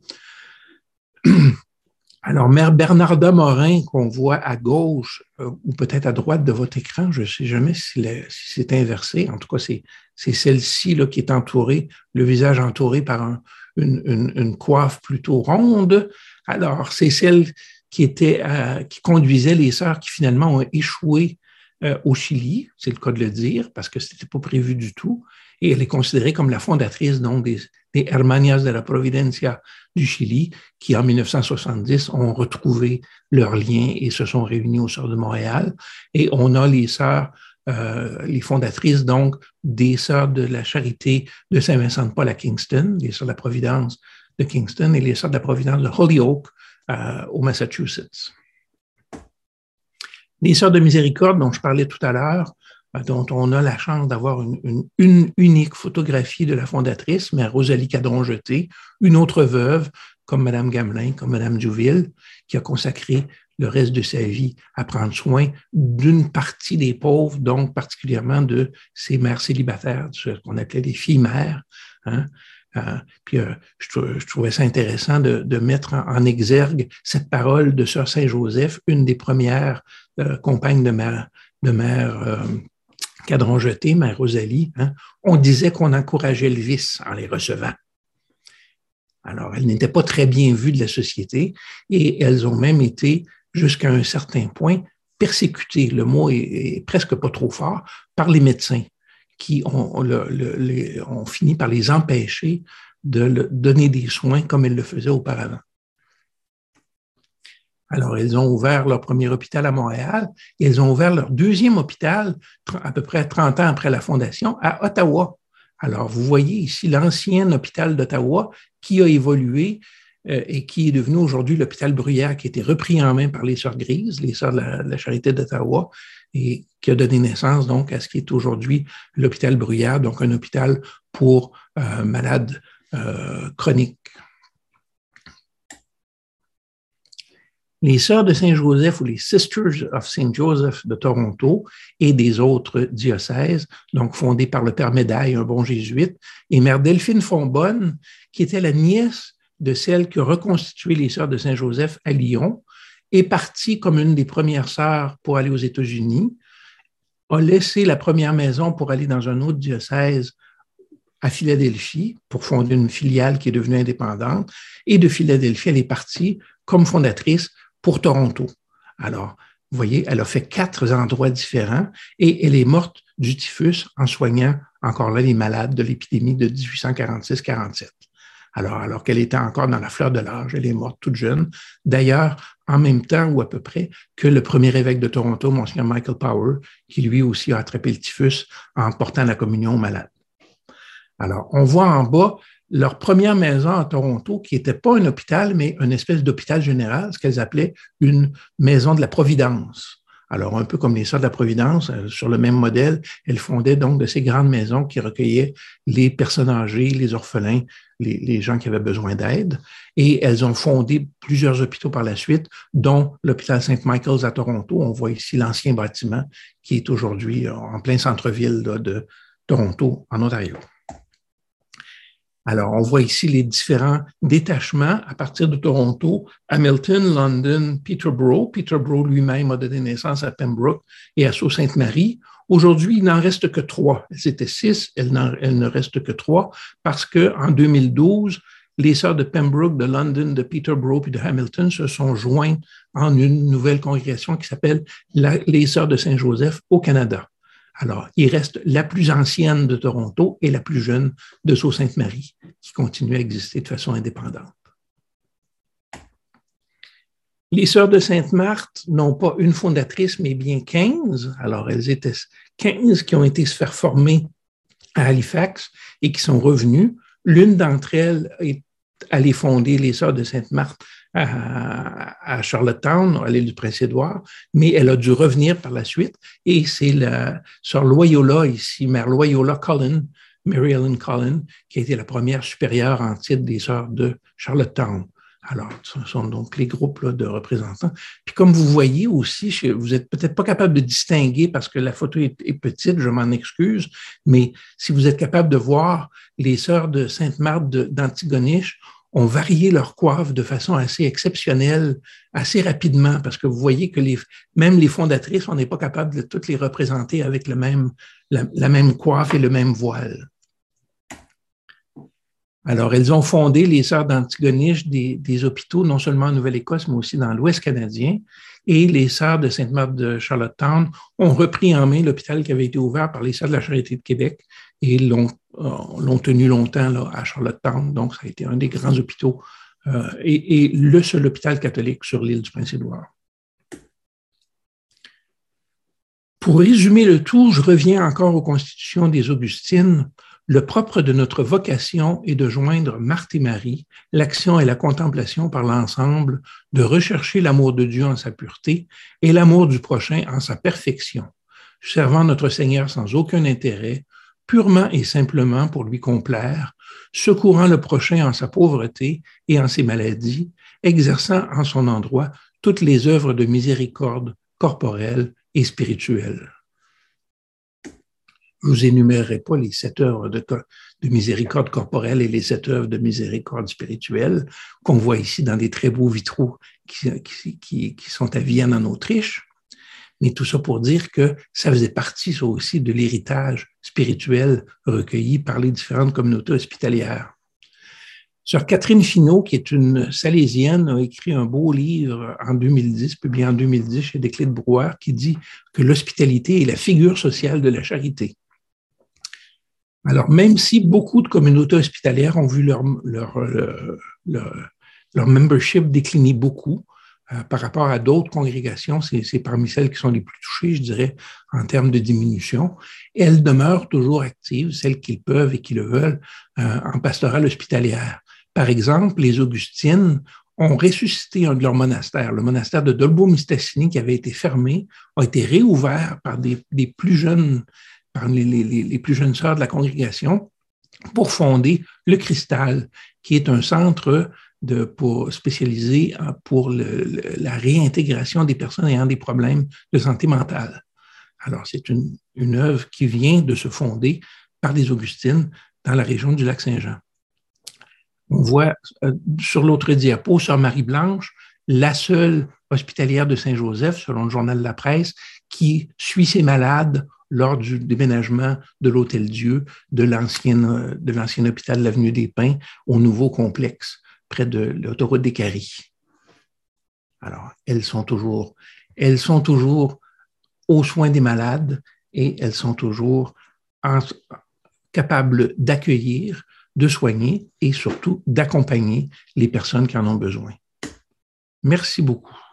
Alors, Mère Bernarda Morin, qu'on voit à gauche ou peut-être à droite de votre écran, je ne sais jamais si c'est inversé. En tout cas, c'est celle-ci là, qui est entourée, le visage entouré par une coiffe plutôt ronde. Alors, c'est celle qui conduisait les sœurs qui finalement ont échoué au Chili, c'est le cas de le dire, parce que ce n'était pas prévu du tout. Et elle est considérée comme la fondatrice donc, des Hermanias de la Providencia du Chili, qui en 1970 ont retrouvé leurs liens et se sont réunis aux Sœurs de Montréal. Et on a les sœurs, les fondatrices donc des Sœurs de la Charité de Saint-Vincent de Paul à Kingston, les Sœurs de la Providence de Kingston et les Sœurs de la Providence de Holyoke au Massachusetts. Les Sœurs de Miséricorde dont je parlais tout à l'heure, dont on a la chance d'avoir une unique photographie de la fondatrice, Mère Rosalie Cadron-Jeté, une autre veuve, comme Mme Gamelin, comme Mme Duville, qui a consacré le reste de sa vie à prendre soin d'une partie des pauvres, donc particulièrement de ces mères célibataires, ce qu'on appelait les filles-mères. Hein. Je trouvais ça intéressant de mettre en exergue cette parole de Sœur Saint-Joseph, une des premières compagnes de Mère Cadron-Jeté, Mère Rosalie. Hein. On disait qu'on encourageait le vice en les recevant. Alors, elles n'étaient pas très bien vues de la société et elles ont même été, jusqu'à un certain point, persécutées, le mot est presque pas trop fort, par les médecins qui ont fini par les empêcher de donner des soins comme elles le faisaient auparavant. Alors, elles ont ouvert leur premier hôpital à Montréal et elles ont ouvert leur deuxième hôpital à peu près 30 ans après la fondation à Ottawa. Alors, vous voyez ici l'ancien hôpital d'Ottawa qui a évolué et qui est devenu aujourd'hui l'hôpital Bruyère, qui a été repris en main par les Sœurs Grises, les Sœurs de la Charité d'Ottawa, et qui a donné naissance donc à ce qui est aujourd'hui l'hôpital Bruyère, donc un hôpital pour malades chroniques. Les Sœurs de Saint-Joseph ou les Sisters of Saint Joseph de Toronto et des autres diocèses, donc fondées par le Père Médaille, un bon jésuite, et Mère Delphine Fonbonne, qui était la nièce de celle qui a reconstitué les Sœurs de Saint-Joseph à Lyon, est partie comme une des premières sœurs pour aller aux États-Unis, a laissé la première maison pour aller dans un autre diocèse à Philadelphie pour fonder une filiale qui est devenue indépendante, et de Philadelphie, elle est partie comme fondatrice pour Toronto. Alors, vous voyez, elle a fait 4 endroits différents et elle est morte du typhus en soignant encore là les malades de l'épidémie de 1846-47. Alors qu'elle était encore dans la fleur de l'âge, elle est morte toute jeune. D'ailleurs, en même temps ou à peu près que le premier évêque de Toronto, Monseigneur Michael Power, qui lui aussi a attrapé le typhus en portant la communion aux malades. Alors, on voit en bas leur première maison à Toronto, qui n'était pas un hôpital, mais une espèce d'hôpital général, ce qu'elles appelaient une maison de la Providence. Alors, un peu comme les Sœurs de la Providence, sur le même modèle, elles fondaient donc de ces grandes maisons qui recueillaient les personnes âgées, les orphelins, les gens qui avaient besoin d'aide. Et elles ont fondé plusieurs hôpitaux par la suite, dont l'hôpital St. Michael's à Toronto. On voit ici l'ancien bâtiment qui est aujourd'hui en plein centre-ville de Toronto, en Ontario. Alors, on voit ici les différents détachements à partir de Toronto, Hamilton, London, Peterborough. Peterborough lui-même a donné naissance à Pembroke et à Sault-Sainte-Marie. Aujourd'hui, il n'en reste que 3. Elles étaient 6, elles ne restent que 3 parce qu'en 2012, les sœurs de Pembroke, de London, de Peterborough et de Hamilton se sont jointes en une nouvelle congrégation qui s'appelle les Sœurs de Saint-Joseph au Canada. Alors, il reste la plus ancienne de Toronto et la plus jeune de Sault-Sainte-Marie, qui continue à exister de façon indépendante. Les Sœurs de Sainte-Marthe n'ont pas une fondatrice, mais bien 15. Alors, elles étaient 15 qui ont été se faire former à Halifax et qui sont revenues. L'une d'entre elles est allée fonder les Sœurs de Sainte-Marthe à Charlottetown, à l'île du Prince-Édouard, mais elle a dû revenir par la suite et c'est la sœur Loyola ici, Mère Loyola Cullen, Mary Ellen Cullen, qui a été la première supérieure en titre des Sœurs de Charlottetown. Alors, ce sont donc les groupes là, de représentants. Puis comme vous voyez aussi, vous n'êtes peut-être pas capable de distinguer parce que la photo est petite, je m'en excuse, mais si vous êtes capable de voir, les Sœurs de Sainte-Marthe d'Antigonish ont varié leur coiffe de façon assez exceptionnelle, assez rapidement, parce que vous voyez que même les fondatrices, on n'est pas capable de toutes les représenter avec la même coiffe et le même voile. Alors, elles ont fondé les Sœurs d'Antigonish des hôpitaux, non seulement en Nouvelle-Écosse, mais aussi dans l'Ouest canadien. Et les Sœurs de Sainte-Marthe de Charlottetown ont repris en main l'hôpital qui avait été ouvert par les Sœurs de la Charité de Québec et l'ont tenu longtemps là, à Charlottetown. Donc, ça a été un des grands hôpitaux et le seul hôpital catholique sur l'île du Prince-Édouard. Pour résumer le tout, je reviens encore aux constitutions des Augustines. Le propre de notre vocation est de joindre Marthe et Marie, l'action et la contemplation par l'ensemble, de rechercher l'amour de Dieu en sa pureté et l'amour du prochain en sa perfection, servant notre Seigneur sans aucun intérêt, purement et simplement pour lui complaire, secourant le prochain en sa pauvreté et en ses maladies, exerçant en son endroit toutes les œuvres de miséricorde corporelle et spirituelle. Je ne vous énumérerai pas les 7 œuvres de miséricorde corporelle et les 7 œuvres de miséricorde spirituelle qu'on voit ici dans des très beaux vitraux qui sont à Vienne en Autriche. Mais tout ça pour dire que ça faisait partie, ça aussi, de l'héritage spirituel recueilli par les différentes communautés hospitalières. Sœur Catherine Finot, qui est une Salésienne, a écrit un beau livre en 2010, publié en 2010 chez Desclés de Brouwer, qui dit que l'hospitalité est la figure sociale de la charité. Alors, même si beaucoup de communautés hospitalières ont vu leur membership décliner beaucoup par rapport à d'autres congrégations, c'est parmi celles qui sont les plus touchées, je dirais, en termes de diminution, elles demeurent toujours actives, celles qui peuvent et qui le veulent, en pastorale hospitalière. Par exemple, les Augustines ont ressuscité un de leurs monastères. Le monastère de Dolbeau-Mistassini, qui avait été fermé, a été réouvert par les plus jeunes sœurs de la congrégation pour fonder le Cristal, qui est un centre spécialisé pour la réintégration des personnes ayant des problèmes de santé mentale. Alors, c'est une œuvre qui vient de se fonder par les Augustines dans la région du Lac-Saint-Jean. On voit sur l'autre diapo, Sœur Marie-Blanche, la seule hospitalière de Saint-Joseph, selon le journal de la presse, qui suit ses malades lors du déménagement de l'Hôtel-Dieu de l'ancien hôpital de l'Avenue des Pins au nouveau complexe près de l'autoroute des Caries. Alors, elles sont toujours aux soins des malades et elles sont toujours capables d'accueillir, de soigner et surtout d'accompagner les personnes qui en ont besoin. Merci beaucoup.